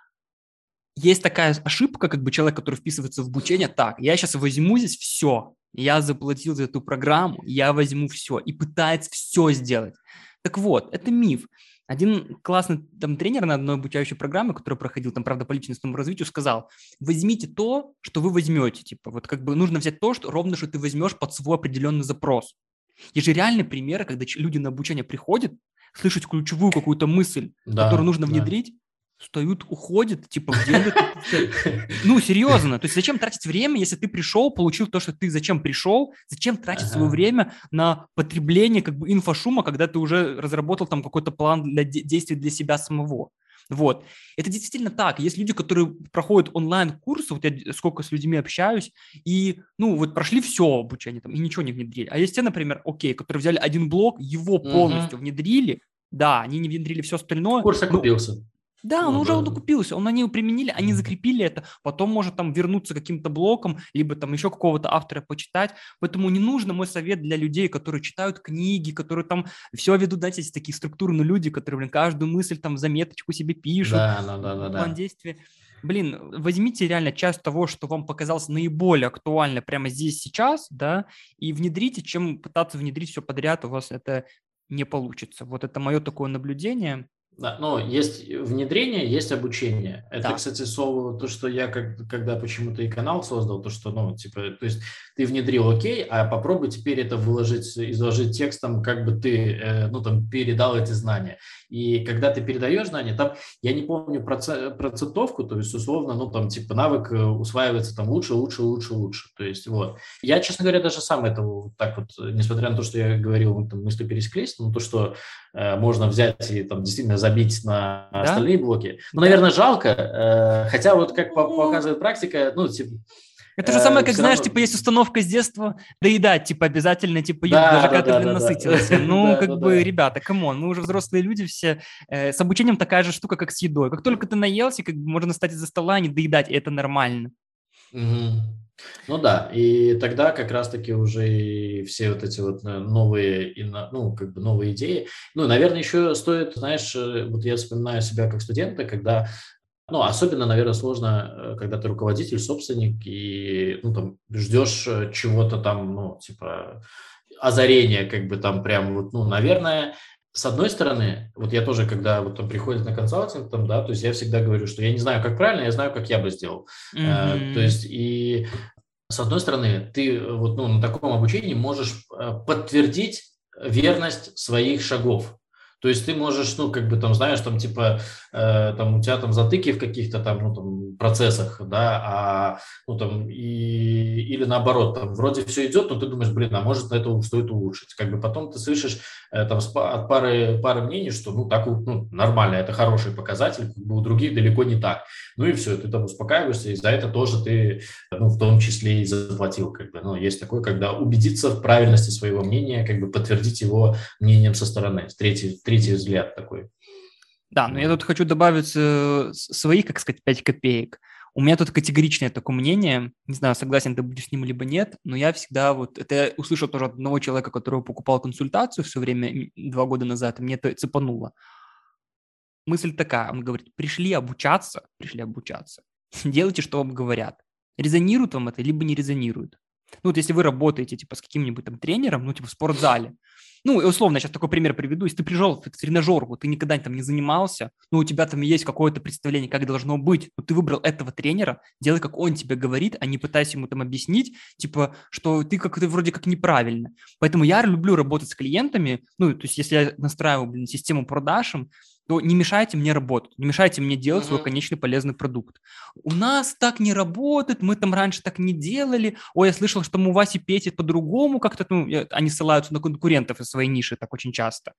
Есть такая ошибка, как бы человек, который вписывается в обучение, так, я сейчас возьму здесь все, я заплатил за эту программу, я возьму все, и пытается все сделать. Так вот, это миф. Один классный там тренер на одной обучающей программе, который проходил, там, правда, по личностному развитию, сказал, возьмите то, что вы возьмете. Типа, вот как бы нужно взять то, что ровно, что ты возьмешь под свой определенный запрос. Есть же реальные примеры, когда люди на обучение приходят, слышать ключевую какую-то мысль, которую Да, нужно да. внедрить, встают, уходят, типа, делают это все. Ну, серьезно. То есть зачем тратить время, если ты пришел, получил то, что ты зачем пришел, зачем тратить свое время на потребление как бы инфошума, когда ты уже разработал там какой-то план для действий для себя самого. Вот. Это действительно так. Есть люди, которые проходят онлайн-курсы, вот я сколько с людьми общаюсь, и, ну, вот прошли все обучение там, и ничего не внедрили. А есть те, например, которые взяли один блок, его полностью внедрили, да, они не внедрили все остальное. Курс окупился. Да, он Ну, уже да. окупился, он они его применили, они закрепили это, потом может там вернуться каким-то блоком, либо там еще какого-то автора почитать, поэтому не нужно мой совет для людей, которые читают книги, которые там все ведут, знаете, есть такие структурные люди, которые, каждую мысль там в заметочку себе пишут, план действия. Блин, возьмите реально часть того, что вам показалось наиболее актуально прямо здесь, сейчас, да, и внедрите, чем пытаться внедрить все подряд, у вас это не получится. Вот это мое такое наблюдение. Да, но есть внедрение, есть обучение. Это, Да. кстати, то, что я когда почему-то и канал создал, то, что, ну, типа, то есть ты внедрил, окей, а попробуй теперь это изложить текстом, как бы ты, ну, там, передал эти знания. И когда ты передаешь знания, там, я не помню процентовку, то есть, условно, ну, там, типа, навык усваивается там лучше. То есть, вот. Я, честно говоря, даже сам этого вот так вот, несмотря на то, что я говорил, там, мысли пересеклись, но то, что можно взять и там действительно забить на остальные блоки. Ну, наверное, жалко, хотя вот как показывает практика, ну, типа... Это же самое, как, знаешь, типа, есть установка с детства доедать, типа, обязательно, типа, даже когда ты, насытился. Ну, как бы, ребята, камон, мы уже взрослые люди все. С обучением такая же штука, как с едой. Как только ты наелся, как бы можно встать из-за стола и не доедать, и это нормально. Ну да, и тогда как раз-таки уже и все вот эти вот новые, ну, как бы новые идеи. Ну, наверное, еще стоит, знаешь, вот я вспоминаю себя как студента, когда, ну, особенно, наверное, сложно, когда ты руководитель, собственник, и, ну, там, ждешь чего-то там, ну, типа, озарения, как бы там прям вот, ну, наверное, с одной стороны, вот я тоже, когда вот там приходит на консалтинг, там, да, то есть я всегда говорю, что я не знаю, как правильно, я знаю, как я бы сделал. То есть и с одной стороны, ты вот, ну, на таком обучении можешь подтвердить верность своих шагов. То есть ты можешь, ну, как бы там, знаешь, там, типа, там у тебя там затыки в каких-то там, ну, там, процессах, да, ну, там, или наоборот, там, вроде все идет, но ты думаешь, блин, а может, это стоит улучшить. Как бы потом ты слышишь там от пары мнений, что, ну, так, ну, нормально, это хороший показатель, как бы у других далеко не так. Ну, и все, ты там успокаиваешься, и за это тоже ты, ну, в том числе и заплатил, как бы, ну, есть такое, когда убедиться в правильности своего мнения, как бы подтвердить его мнением со стороны, третий взгляд такой. Да, но я тут хочу добавить свои, как сказать, 5 копеек. У меня тут категоричное такое мнение, не знаю, согласен ты будешь с ним либо нет, но я всегда вот, это я услышал тоже от одного человека, которого покупал консультацию все время, 2 года назад, и мне это цепануло. Мысль такая, он говорит, пришли обучаться, делайте, что вам говорят. Резонирует вам это, либо не резонирует. Ну вот если вы работаете типа с каким-нибудь там тренером, ну типа в спортзале, Ну, и условно, я сейчас такой пример приведу. Если ты пришел в тренажерку, ты никогда там не занимался, но у тебя там есть какое-то представление, как должно быть, но ты выбрал этого тренера, делай, как он тебе говорит, а не пытайся ему там объяснить, типа, что ты как-то вроде как неправильно. Поэтому я люблю работать с клиентами, ну, то есть если я настраиваю, систему продаж, то не мешайте мне работать, не мешайте мне делать свой конечный полезный продукт. У нас так не работает, мы там раньше так не делали. Ой, я слышал, что у Васи Пети по-другому как-то, ну, они ссылаются на конкурентов из своей ниши так очень часто.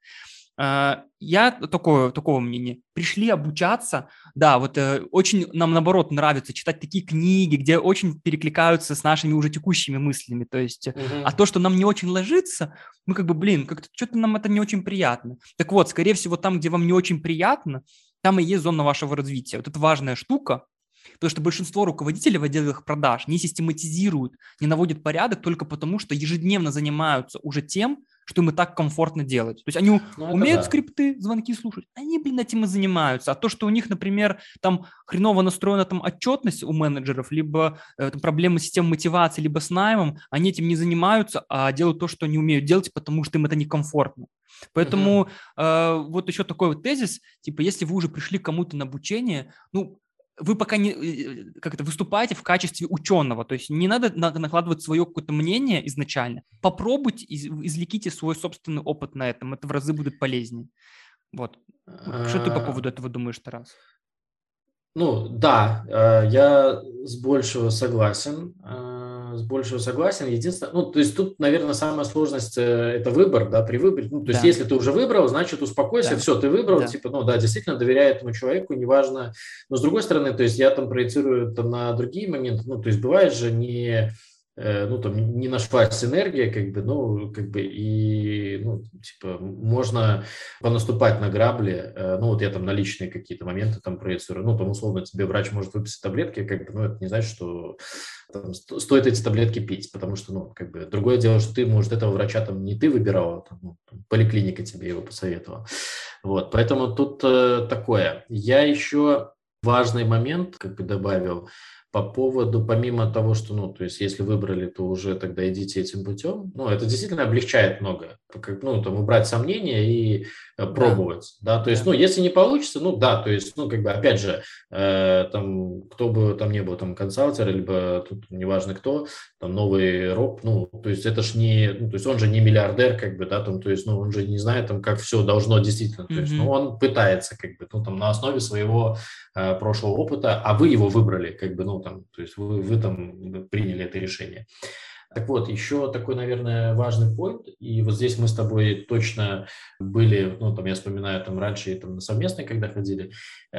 Я такого мнения. Пришли обучаться, да, вот очень нам, наоборот, нравится читать такие книги, где очень перекликаются с нашими уже текущими мыслями, то есть, а то, что нам не очень ложится, мы как бы, блин, как-то что-то нам это не очень приятно. Так вот, скорее всего, там, где вам не очень приятно, там и есть зона вашего развития. Вот это важная штука, потому что большинство руководителей в отделах продаж не систематизируют, не наводят порядок только потому, что ежедневно занимаются уже тем, что им и так комфортно делать. То есть они умеют скрипты, звонки слушать, они, блин, этим и занимаются. А то, что у них, например, там хреново настроена там отчетность у менеджеров, либо проблемы с системой мотивации, либо с наймом, они этим не занимаются, а делают то, что они умеют делать, потому что им это некомфортно. Поэтому вот еще такой вот тезис, типа, если вы уже пришли к кому-то на обучение, ну, вы пока не как-то выступаете в качестве ученого, то есть не надо накладывать свое какое-то мнение изначально. Попробуйте, извлеките свой собственный опыт на этом, это в разы будет полезнее. Вот. Что ты по поводу этого думаешь, Тарас? Ну, да, я с большего согласен. Единственное, ну, то есть тут, наверное, самая сложность – это выбор, да, при выборе. Ну, то есть если ты уже выбрал, значит, успокойся, все, ты выбрал, типа, ну, да, действительно доверяй этому человеку, неважно. Но с другой стороны, то есть я там проецирую там на другие моменты, ну, то есть бывает же ну, там, не нашлась энергия, как бы, ну, как бы, и, ну, типа, можно понаступать на грабли, ну, вот я там на личные какие-то моменты там проецирую, ну, там, условно, тебе врач может выписать таблетки, как бы, ну, это не значит, что там, стоит эти таблетки пить, потому что, ну, как бы, другое дело, что ты, может, этого врача там не ты выбирал, а там, ну, поликлиника тебе его посоветовала, вот, поэтому тут такое. Я еще важный момент, как бы, добавил, по поводу, помимо того, что, ну, то есть, если выбрали, то уже тогда идите этим путем. Ну, это действительно облегчает многое. Ну, там, убрать сомнения и пробовать, да. То есть, ну, если не получится, ну, да, то есть, ну, как бы, опять же, там, кто бы там не был, там, консалтер, либо тут неважно кто, там, новый роб, ну, то есть, это ж не, ну, то есть, он же не миллиардер, как бы, да, там, то есть, ну, он же не знает, там, как все должно действительно, то есть, ну, он пытается, как бы, ну, там, на основе своего прошлого опыта, а вы его выбрали, как бы, ну, там, то есть вы там приняли это решение. Так вот, еще такой, наверное, важный поинт, и вот здесь мы с тобой точно были, ну, там, я вспоминаю, там, раньше, там, на совместные, когда ходили,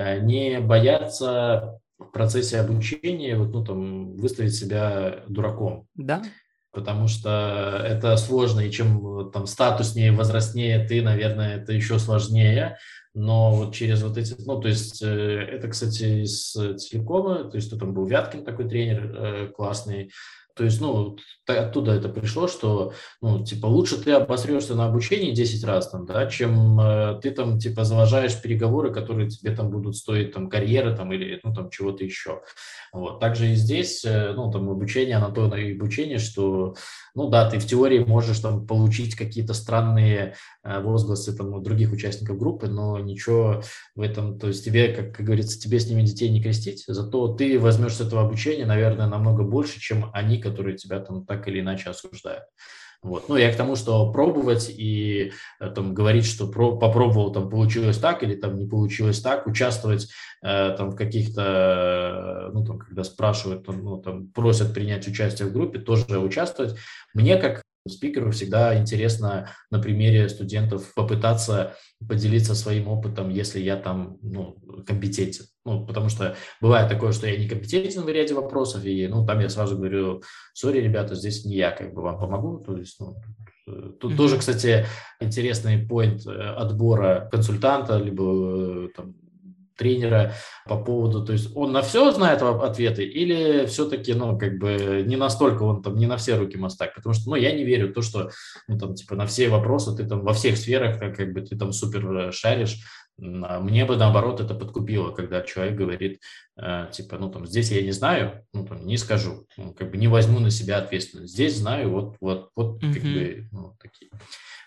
не бояться в процессе обучения, вот, ну, там, выставить себя дураком. Да. Потому что это сложно, и чем там статуснее, возрастнее ты, наверное, это еще сложнее. Но вот через вот эти, ну, то есть это, кстати, из Телекома, то есть там был Вяткин такой тренер классный, то есть, ну, оттуда это пришло, что, ну, типа, лучше ты обосрешься на обучении 10 раз, там, да, чем ты там, типа, заважаешь переговоры, которые тебе там будут стоить, там, карьеры, там, или, ну, там, чего-то еще. Вот. Также и здесь, ну, там, обучение, оно то и обучение, что, ну, да, ты в теории можешь, там, получить какие-то странные возгласы, там, у других участников группы, но ничего в этом, то есть тебе, как говорится, тебе с ними детей не крестить, зато ты возьмешь с этого обучения, наверное, намного больше, чем они, которые тебя там так или иначе осуждают. Вот. Ну, я к тому, что пробовать и там, говорить, что попробовал, там, получилось так или там не получилось так, участвовать там, в каких-то, ну, там, когда спрашивают, там, ну, там, просят принять участие в группе, тоже участвовать. Мне, как спикеру, всегда интересно на примере студентов попытаться поделиться своим опытом, если я там, ну, компетентен. Ну, потому что бывает такое, что я не компетентен в ряде вопросов, и, ну, там я сразу говорю, сори, ребята, здесь не я, как бы, вам помогу. То есть, ну, тут тоже, кстати, интересный поинт отбора консультанта, либо там, тренера по поводу, то есть он на все знает ответы или все-таки, ну, как бы не настолько он там, не на все руки мастак, потому что, ну, я не верю в то, что, ну, там, типа, на все вопросы ты там во всех сферах, как бы ты там супер шаришь. Мне бы, наоборот, это подкупило, когда человек говорит, типа, ну, там, здесь я не знаю, ну, там, не скажу, ну, как бы не возьму на себя ответственность. Здесь знаю, вот, как бы, ну, такие.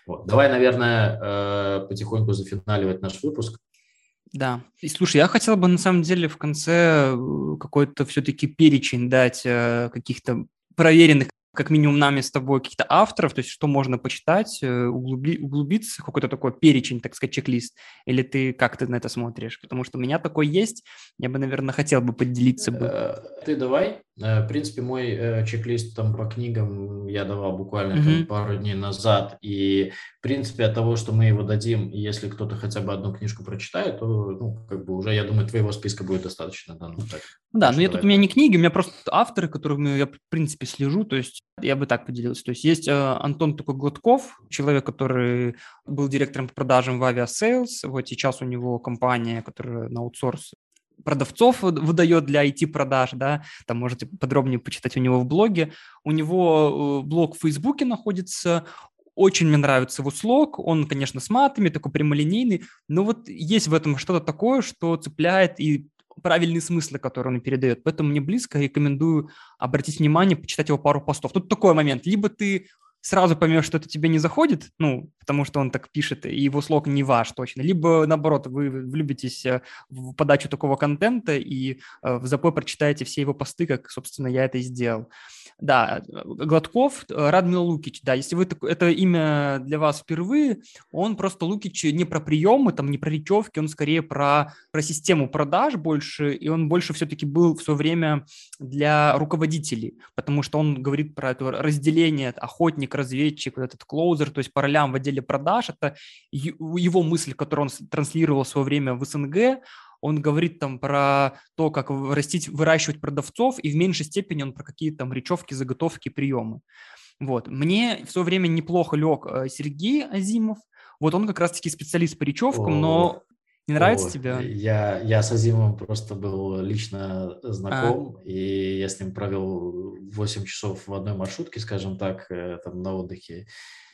Вот. Давай, наверное, потихоньку зафиналивать наш выпуск. Да. И слушай, я хотел бы на самом деле в конце какой-то все-таки перечень дать каких-то проверенных, как минимум нами с тобой, каких-то авторов, то есть что можно почитать, углубиться, какой-то такой перечень, так сказать, чек-лист, или ты как ты на это смотришь? Потому что у меня такой есть, я бы, наверное, хотел бы поделиться бы. Ты давай. В принципе, мой чек-лист там по книгам я давал буквально там пару дней назад, и в принципе от того, что мы его дадим, и если кто-то хотя бы одну книжку прочитает, то, ну, как бы уже, я думаю, твоего списка будет достаточно. Да, ну, так. Да, но у меня не книги, у меня просто авторы, которыми я, в принципе, слежу, то есть я бы так поделился. То есть Антон такой Гладков, человек, который был директором по продажам в Aviasales, вот сейчас у него компания, которая на аутсорс продавцов выдает для IT-продаж, да, там можете подробнее почитать у него в блоге. У него блог в Фейсбуке находится, очень мне нравится его слог, он, конечно, с матами, такой прямолинейный, но вот есть в этом что-то такое, что цепляет и правильные смыслы, которые он передает. Поэтому мне близко, рекомендую обратить внимание, почитать его пару постов. Тут такой момент, либо ты сразу поймешь, что это тебе не заходит, ну, потому что он так пишет, и его слог не ваш точно, либо, наоборот, вы влюбитесь в подачу такого контента и в запой прочитаете все его посты, как, собственно, я это и сделал. Да, Гладков, Радмил Лукич, да, если это имя для вас впервые, он просто Лукич не про приемы, там, не про речевки, он скорее про систему продаж больше, и он больше все-таки был в свое время для руководителей, потому что он говорит про это разделение охотник, разведчик, вот этот клоузер, то есть по ролям в отделе продаж, это его мысль, которую он транслировал в свое время в СНГ. Он говорит там про то, как выращивать продавцов, и в меньшей степени он про какие-то там речевки, заготовки, приемы. Вот. Мне в свое время неплохо лег Сергей Азимов. Вот он как раз-таки специалист по речевкам, но не нравится тебе? Я с Азимовым просто был лично знаком, и я с ним провел 8 часов в одной маршрутке, скажем так, там на отдыхе.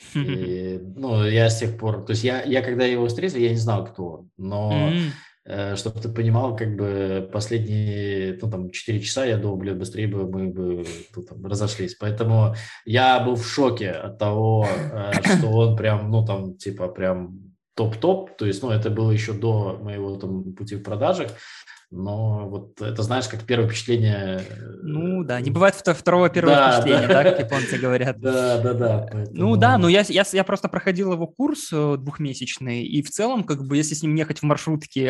И, ну, я с тех пор, то есть я когда его встретил, я не знал, кто он, но чтобы ты понимал, как бы последние, ну, там, 4 часа, я думал, блин, быстрее бы мы бы ну, там, разошлись. Поэтому я был в шоке от того, что он прям, ну, там, типа, прям топ-топ. То есть, ну, это было еще до моего там пути в продажах. Но вот это, знаешь, как первое впечатление... Ну да, не бывает второго первого впечатления, да, как японцы говорят. Да. Поэтому... Ну да, но я просто проходил его курс двухмесячный, и в целом, как бы, если с ним ехать в маршрутке,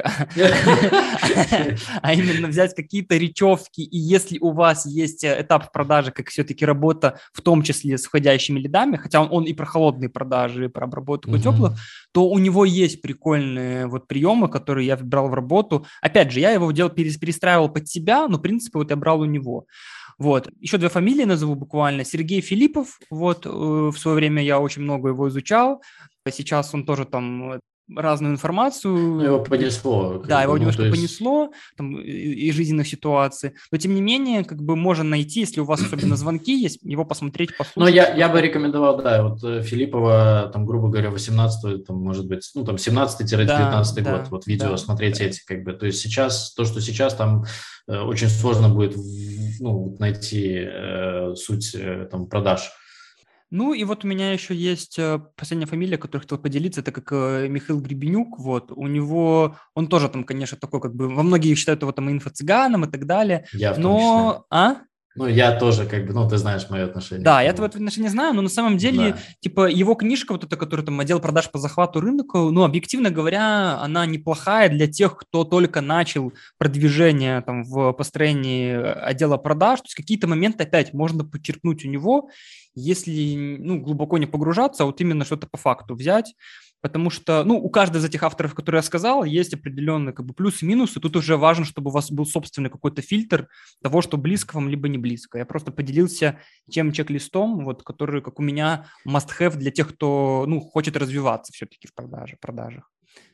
а именно взять какие-то речевки, и если у вас есть этап продажи, как все-таки работа, в том числе с входящими лидами, хотя он и про холодные продажи, и про обработку теплых, то у него есть прикольные вот приемы, которые я брал в работу. Опять же, я его перестраивал под себя, но, в принципе, вот я брал у него. Вот. Еще 2 фамилии назову буквально. Сергей Филиппов. Вот в свое время я очень много его изучал. Сейчас он тоже там разную информацию. Ну, его понесло. Да, его немножко понесло там, и жизненных ситуаций. Но, тем не менее, как бы можно найти, если у вас особенно звонки есть, его посмотреть, послушать. Ну, я бы рекомендовал, да, вот Филиппова, там, грубо говоря, 18-й, там, может быть, ну, там, 17-19 год, вот видео смотреть эти, как бы. То есть сейчас, то, что сейчас, там очень сложно будет, ну, найти суть там продаж. Ну, и вот у меня еще есть последняя фамилия, которой хотел поделиться, это как Михаил Гребенюк, вот, у него, он тоже там, конечно, такой, как бы, во многие считают его там инфо-цыганом и так далее, я в том числе. Ну, я тоже, как бы, ну, ты знаешь мое отношение. Да, я твое отношение знаю, но на самом деле, типа, его книжка, вот эта, которая там отдел продаж по захвату рынка, ну, объективно говоря, она неплохая для тех, кто только начал продвижение там в построении отдела продаж, то есть какие-то моменты опять можно подчеркнуть у него, если, ну, глубоко не погружаться, а вот именно что-то по факту взять. Потому что, ну, у каждого из этих авторов, которые я сказал, есть определенные как бы плюсы и минусы. Тут уже важно, чтобы у вас был собственный какой-то фильтр того, что близко вам, либо не близко. Я просто поделился тем чек-листом, вот, который, как у меня, must-have для тех, кто, ну, хочет развиваться все-таки в продажах.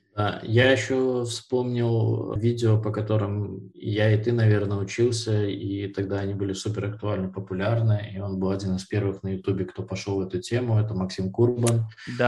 Я еще вспомнил видео, по которым я и ты, наверное, учился, и тогда они были супер актуальны, популярны, и он был один из первых на Ютубе, кто пошел в эту тему, это Максим Курбан.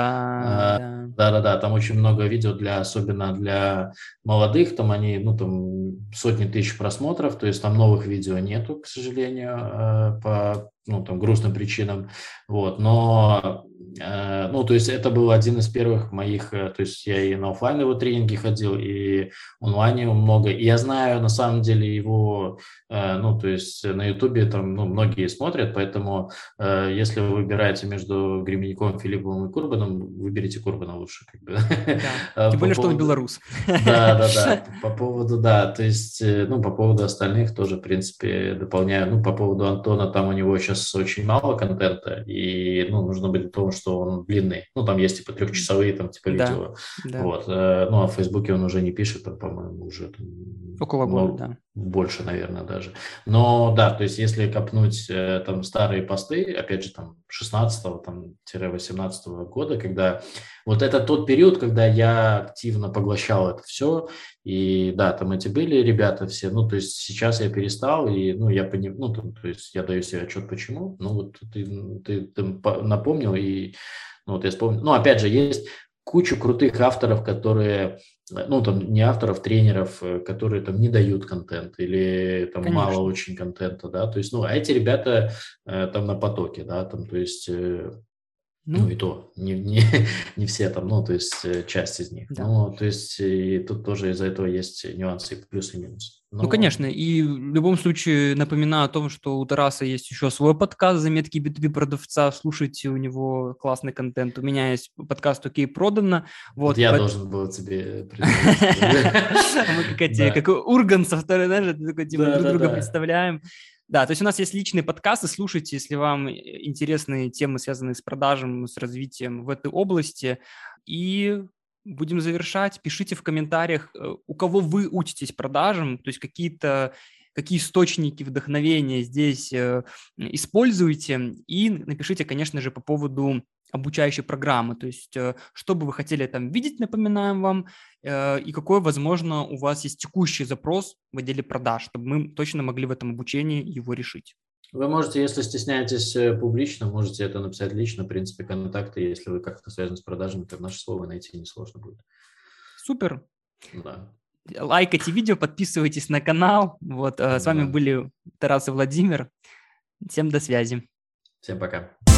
Да. Там очень много видео, особенно для молодых, там они, ну, там сотни тысяч просмотров, то есть там новых видео нету, к сожалению, по, ну, там, грустным причинам, вот, но Ну, то есть это был один из первых моих, то есть я и на оффлайновые тренинги ходил, и онлайне много. И я знаю, на самом деле, его, ну, то есть на Ютубе там, ну, многие смотрят, поэтому если вы выбираете между Гребенником, Филипповым и Курбаном, выберите Курбана лучше, как бы. Да, А тем по более, что он поводу... белорус. Да, да, да. По поводу, да, то есть, ну, по поводу остальных тоже, в принципе, дополняю. Ну, по поводу Антона, там у него сейчас очень мало контента, и, ну, нужно быть готовым, что он длинный. Ну, там есть, типа, трехчасовые, там, типа, Да, видео. да, Вот. Ну, а в Фейсбуке он уже не пишет, там, по-моему, уже там, около года, да. больше, наверное, даже. Но, да, то есть, если копнуть, там, старые посты, опять же, там, 16-го, там, 18-го года, когда вот это тот период, когда я активно поглощал это все, и да, там эти были ребята все, ну, то есть сейчас я перестал, и, ну, я понимаю, ну, то есть я даю себе отчет, почему, ну, вот ты напомнил, и, ну, вот я вспомнил, ну, опять же, есть кучу крутых авторов, которые, ну, там, не авторов, тренеров, которые там не дают контент или там мало Конечно. очень контента, да, то есть, ну, а эти ребята там на потоке, да, там, то есть ну Ну, и то, не все там, ну, то есть часть из них. да. Ну, то есть и тут тоже из-за этого есть нюансы, и плюсы и минусы. Ну, Но конечно, и в любом случае напоминаю о том, что у Тараса есть еще свой подкаст «Заметки B2B продавца». Слушайте, у него классный контент. У меня есть подкаст «Окей, продано». вот Вот, я должен был тебе предложить. мы как эти, Да, как Ургант со второй, знаешь, такой, типа, да, друг да, друга да. представляем. Да, то есть у нас есть личные подкасты, слушайте, если вам интересны темы, связанные с продажем, с развитием в этой области. И будем завершать. Пишите в комментариях, у кого вы учитесь продажам, то есть какие источники вдохновения здесь используете, и напишите, конечно же, по поводу обучающей программы, то есть что бы вы хотели там видеть, напоминаем вам, и какой, возможно, у вас есть текущий запрос в отделе продаж, чтобы мы точно могли в этом обучении его решить. Вы можете, если стесняетесь публично, можете это написать лично. В принципе, контакты, если вы как-то связаны с продажами, то наше слово найти несложно будет. Супер. Да, Лайкайте видео, подписывайтесь на канал. Вот, с вами да. были Тарас и Владимир. Всем до связи. Всем пока.